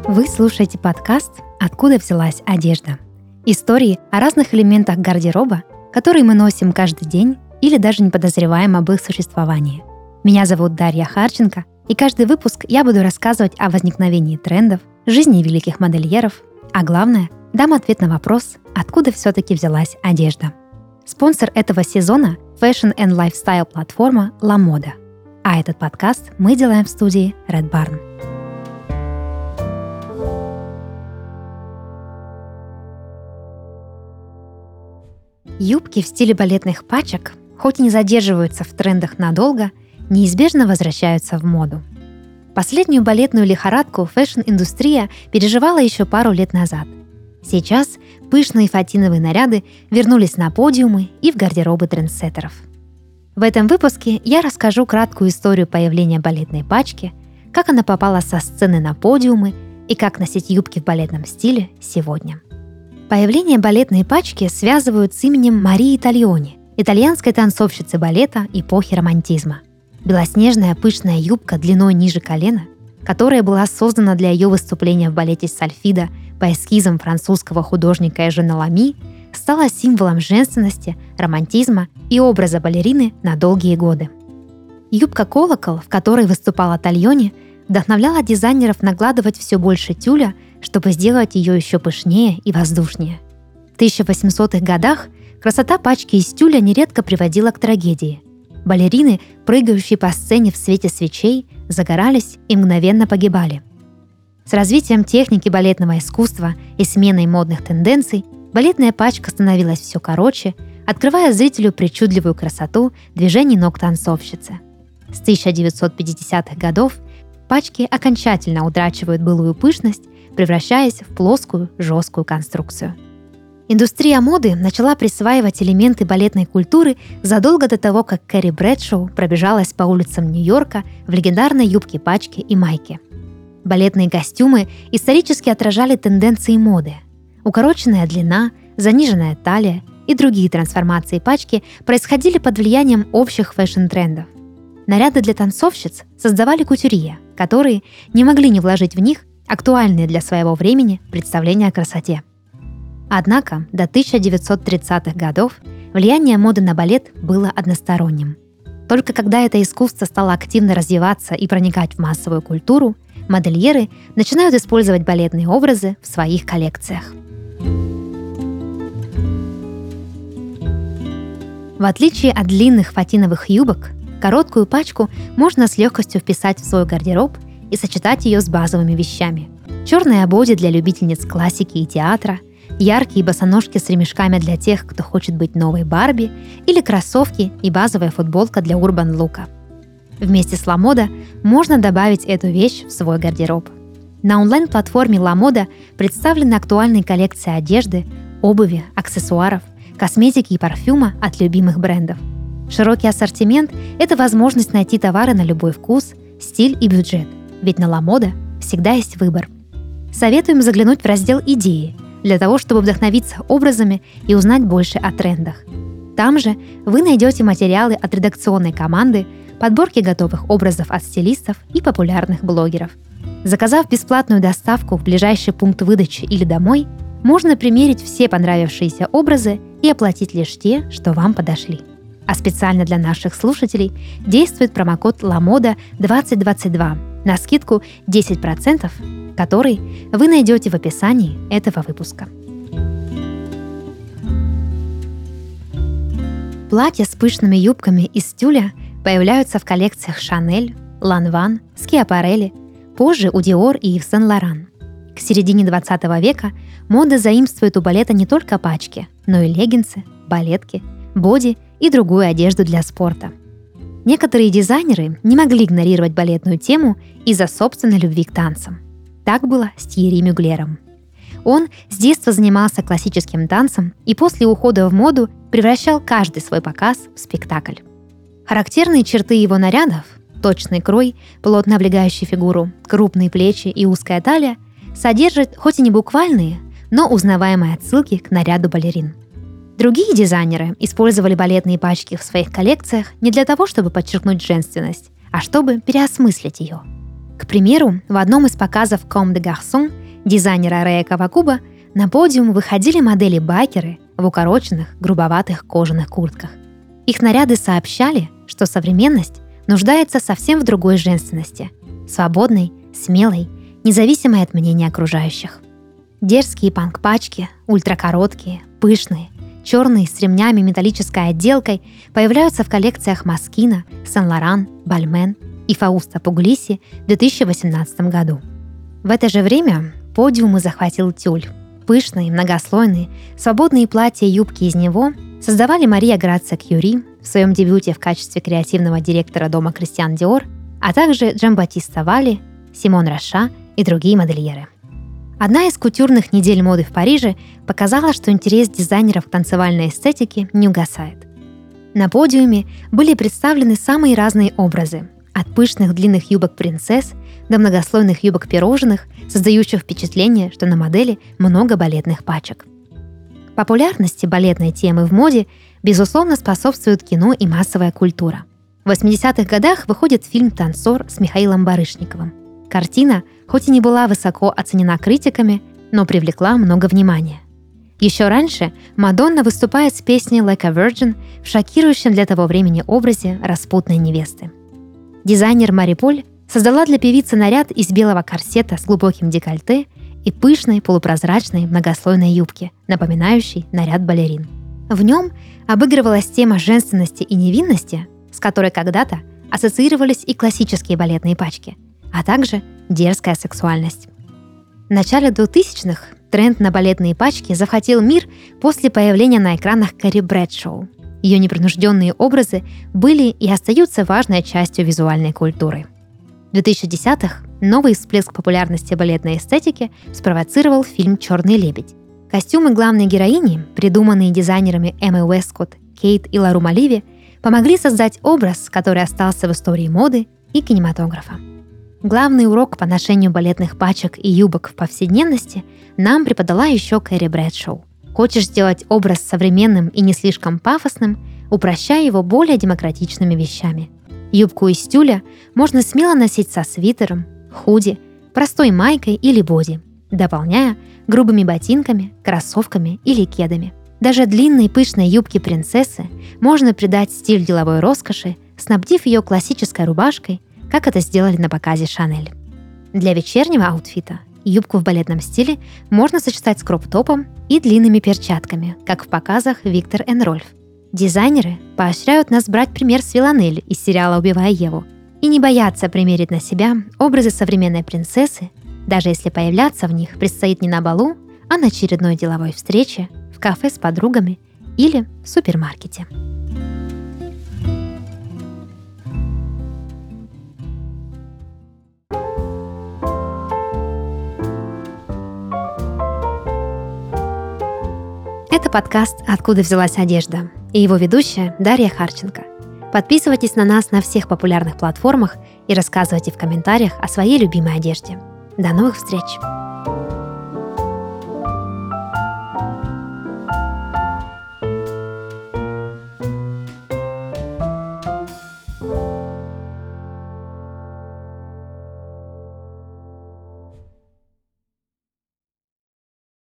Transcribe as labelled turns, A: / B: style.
A: Вы слушаете подкаст «Откуда взялась одежда?» Истории о разных элементах гардероба, которые мы носим каждый день или даже не подозреваем об их существовании. Меня зовут Дарья Харченко, и каждый выпуск я буду рассказывать о возникновении трендов, жизни великих модельеров, а главное, дам ответ на вопрос, откуда все-таки взялась одежда. Спонсор этого сезона – Fashion and Lifestyle платформа LaModa. А этот подкаст мы делаем в студии Red Barn. Юбки в стиле балетных пачек, хоть и не задерживаются в трендах надолго, неизбежно возвращаются в моду. Последнюю балетную лихорадку фэшн-индустрия переживала еще пару лет назад. Сейчас пышные фатиновые наряды вернулись на подиумы и в гардеробы трендсеттеров. В этом выпуске я расскажу краткую историю появления балетной пачки, как она попала со сцены на подиумы и как носить юбки в балетном стиле сегодня. Появление балетной пачки связывают с именем Марии Тальони, итальянской танцовщицы балета эпохи романтизма. Белоснежная пышная юбка длиной ниже колена, которая была создана для ее выступления в балете Сальфидо по эскизам французского художника Эжена Лами, стала символом женственности, романтизма и образа балерины на долгие годы. Юбка-колокол, в которой выступала Тальони, вдохновляла дизайнеров накладывать все больше тюля, чтобы сделать ее еще пышнее и воздушнее. В 1800-х годах красота пачки из тюля нередко приводила к трагедии. Балерины, прыгающие по сцене в свете свечей, загорались и мгновенно погибали. С развитием техники балетного искусства и сменой модных тенденций балетная пачка становилась все короче, открывая зрителю причудливую красоту движений ног танцовщицы. С 1950-х годов пачки окончательно утрачивают былую пышность, превращаясь в плоскую, жесткую конструкцию. Индустрия моды начала присваивать элементы балетной культуры задолго до того, как Кэрри Брэдшоу пробежалась по улицам Нью-Йорка в легендарной юбке-пачке и майке. Балетные костюмы исторически отражали тенденции моды. Укороченная длина, заниженная талия и другие трансформации пачки происходили под влиянием общих фэшн-трендов. Наряды для танцовщиц создавали кутюрье, которые не могли не вложить в них актуальные для своего времени представления о красоте. Однако до 1930-х годов влияние моды на балет было односторонним. Только когда это искусство стало активно развиваться и проникать в массовую культуру, модельеры начинают использовать балетные образы в своих коллекциях. В отличие от длинных фатиновых юбок, короткую пачку можно с легкостью вписать в свой гардероб и сочетать ее с базовыми вещами. Черные боди для любительниц классики и театра, яркие босоножки с ремешками для тех, кто хочет быть новой Барби, или кроссовки и базовая футболка для урбан-лука. Вместе с LaModa можно добавить эту вещь в свой гардероб. На онлайн-платформе LaModa представлены актуальные коллекции одежды, обуви, аксессуаров, косметики и парфюма от любимых брендов. Широкий ассортимент – это возможность найти товары на любой вкус, стиль и бюджет, ведь на LaModa всегда есть выбор. Советуем заглянуть в раздел «Идеи» для того, чтобы вдохновиться образами и узнать больше о трендах. Там же вы найдете материалы от редакционной команды, подборки готовых образов от стилистов и популярных блогеров. Заказав бесплатную доставку в ближайший пункт выдачи или домой, можно примерить все понравившиеся образы и оплатить лишь те, что вам подошли. А специально для наших слушателей действует промокод LaModa 2022 на скидку 10%, который вы найдете в описании этого выпуска. Платья с пышными юбками из тюля появляются в коллекциях Chanel, Lanvin, Schiaparelli, позже у Dior и Yves Saint Laurent. К середине 20 века мода заимствует у балета не только пачки, но и леггинсы, балетки, боди и другую одежду для спорта. Некоторые дизайнеры не могли игнорировать балетную тему из-за собственной любви к танцам. Так было с Тьерри Мюглером. Он с детства занимался классическим танцем и после ухода в моду превращал каждый свой показ в спектакль. Характерные черты его нарядов – точный крой, плотно облегающий фигуру, крупные плечи и узкая талия – содержат хоть и не буквальные, но узнаваемые отсылки к наряду балерин. Другие дизайнеры использовали балетные пачки в своих коллекциях не для того, чтобы подчеркнуть женственность, а чтобы переосмыслить ее. К примеру, в одном из показов Comme des Garçons дизайнера Рэя Кавакуба на подиум выходили модели-байкеры в укороченных, грубоватых кожаных куртках. Их наряды сообщали, что современность нуждается совсем в другой женственности – свободной, смелой, независимой от мнения окружающих. Дерзкие панк-пачки, ультракороткие, пышные, черные с ремнями металлической отделкой появляются в коллекциях Москино, Сен-Лоран, Бальмен и Фауста Пуглиси в 2018 году. В это же время подиумы захватил тюль. Пышные, многослойные, свободные платья и юбки из него создавали Мария Грация Кюри в своем дебюте в качестве креативного директора дома Кристиан Диор, а также Джамбатиста Валли, Симон Роша и другие модельеры. Одна из кутюрных недель моды в Париже показала, что интерес дизайнеров к танцевальной эстетике не угасает. На подиуме были представлены самые разные образы, от пышных длинных юбок принцесс до многослойных юбок-пирожных, создающих впечатление, что на модели много балетных пачек. Популярности балетной темы в моде, безусловно, способствуют кино и массовая культура. В 80-х годах выходит фильм «Танцор» с Михаилом Барышниковым. Картина, хоть и не была высоко оценена критиками, но привлекла много внимания. Еще раньше Мадонна выступает с песней «Like a Virgin» в шокирующем для того времени образе распутной невесты. Дизайнер Мари Поль создала для певицы наряд из белого корсета с глубоким декольте и пышной полупрозрачной многослойной юбки, напоминающей наряд балерин. В нем обыгрывалась тема женственности и невинности, с которой когда-то ассоциировались и классические балетные пачки, а также дерзкая сексуальность. В начале 2000-х тренд на балетные пачки захватил мир после появления на экранах Кэрри Брэдшоу. Ее непринужденные образы были и остаются важной частью визуальной культуры. В 2010-х новый всплеск популярности балетной эстетики спровоцировал фильм «Черный лебедь». Костюмы главной героини, придуманные дизайнерами Эммой Уэсткотт, Кейт и Лару Маливи, помогли создать образ, который остался в истории моды и кинематографа. Главный урок по ношению балетных пачек и юбок в повседневности нам преподала еще Кэрри Брэдшоу. Хочешь сделать образ современным и не слишком пафосным, упрощай его более демократичными вещами. Юбку из тюля можно смело носить со свитером, худи, простой майкой или боди, дополняя грубыми ботинками, кроссовками или кедами. Даже длинной пышной юбке принцессы можно придать стиль деловой роскоши, снабдив ее классической рубашкой, как это сделали на показе Шанель. Для вечернего аутфита юбку в балетном стиле можно сочетать с кроп-топом и длинными перчатками, как в показах Виктор и Рольф. Дизайнеры поощряют нас брать пример с Виланель из сериала «Убивая Еву» и не бояться примерить на себя образы современной принцессы, даже если появляться в них предстоит не на балу, а на очередной деловой встрече, в кафе с подругами или в супермаркете. Это подкаст «Откуда взялась одежда» и его ведущая Дарья Харченко. Подписывайтесь на нас на всех популярных платформах и рассказывайте в комментариях о своей любимой одежде. До новых встреч!